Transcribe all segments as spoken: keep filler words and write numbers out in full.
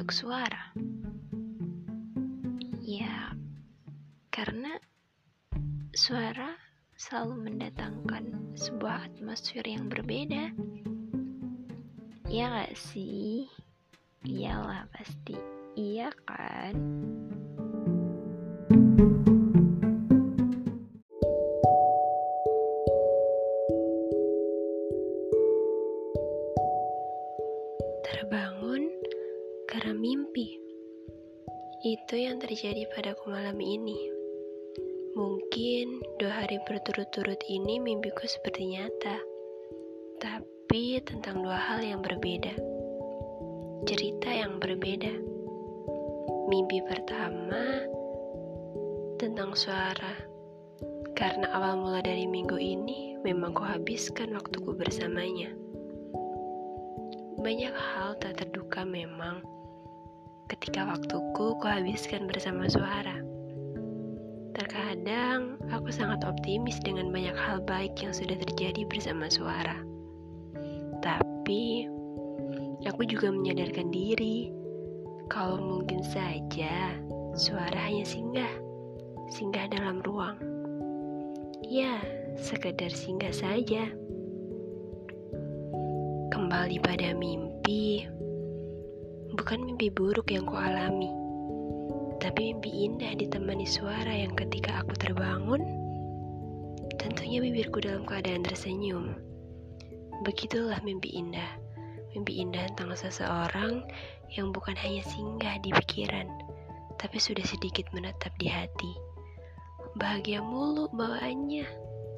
bentuk suara? Ya, karena suara selalu mendatangkan sebuah atmosfer yang berbeda. Iya gak sih? Iyalah pasti. Iya kan? Terbangun karena mimpi. Itu yang terjadi padaku malam ini. Mungkin dua hari berturut-turut ini mimpiku seperti nyata, tapi tentang dua hal yang berbeda. Cerita yang berbeda. Mimpi pertama tentang suara, karena awal mula dari minggu ini memang kuhabiskan waktuku bersamanya. Banyak hal tak terduga memang ketika waktuku kuhabiskan bersama suara. Terkadang aku sangat optimis dengan banyak hal baik yang sudah terjadi bersama suara. Tapi aku juga menyadarkan diri kalau mungkin saja suara hanya singgah, singgah dalam ruang. Ya, sekedar singgah saja. Kembali pada mimpi, bukan mimpi buruk yang kualami, tapi mimpi indah ditemani suara yang ketika aku terbangun, tentunya bibirku dalam keadaan tersenyum. Begitulah mimpi indah. Mimpi indah tentang seseorang yang bukan hanya singgah di pikiran, tapi sudah sedikit menetap di hati. Bahagia mulu bawaannya.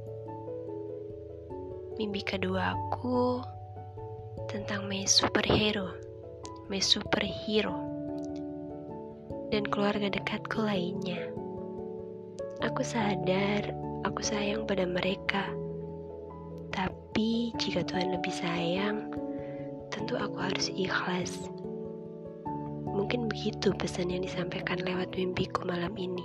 Mimpi kedua aku tentang my superhero, my superhero, dan keluarga dekatku lainnya. Aku sadar, aku sayang pada mereka. Tapi jika Tuhan lebih sayang, tentu aku harus ikhlas. Mungkin begitu pesan yang disampaikan lewat mimpiku malam ini.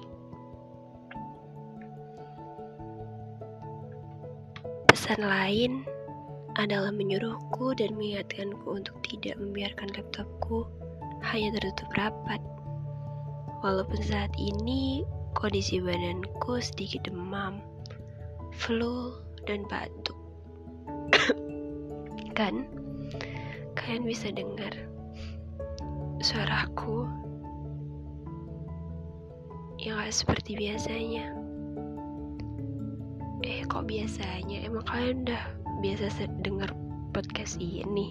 Pesan lain adalah menyuruhku dan mengingatkanku untuk tidak membiarkan laptopku hanya tertutup rapat. Walaupun saat ini kondisi badanku sedikit demam, flu, dan batuk. Kan, kalian bisa dengar suaraku yang gak seperti biasanya. Eh, kok biasanya? Emang kalian udah biasa dengar podcast ini?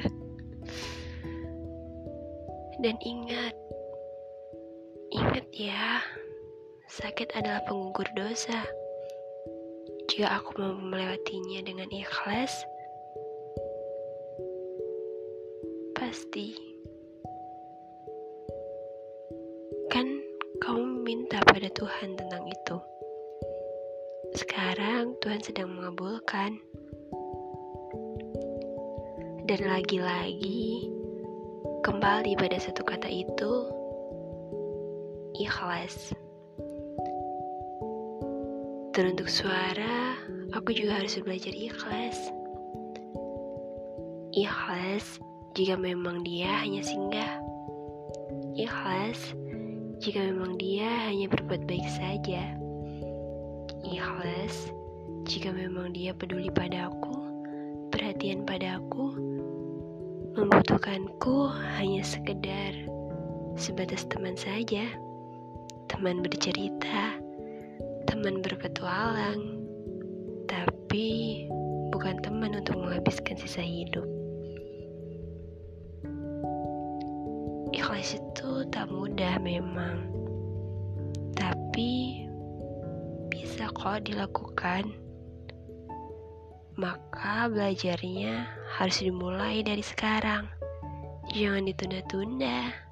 Dan ingat, ingat ya, sakit adalah penggugur dosa. Jika aku mau melewatinya dengan ikhlas, pasti kan kamu minta pada Tuhan tentang itu. Sekarang Tuhan sedang mengabulkan. Dan lagi-lagi kembali pada satu kata itu, ikhlas. Teruntuk suara, aku juga harus belajar ikhlas. Ikhlas jika memang dia hanya singgah. Ikhlas jika memang dia hanya berbuat baik saja. Ikhlas jika memang dia peduli padaku, perhatian padaku, membutuhkanku hanya sekedar sebatas teman saja. Teman bercerita, teman berpetualang, tapi bukan teman untuk menghabiskan sisa hidup. Ikhlas itu tak mudah memang, tapi bisa kok dilakukan. Maka belajarnya harus dimulai dari sekarang. Jangan ditunda-tunda.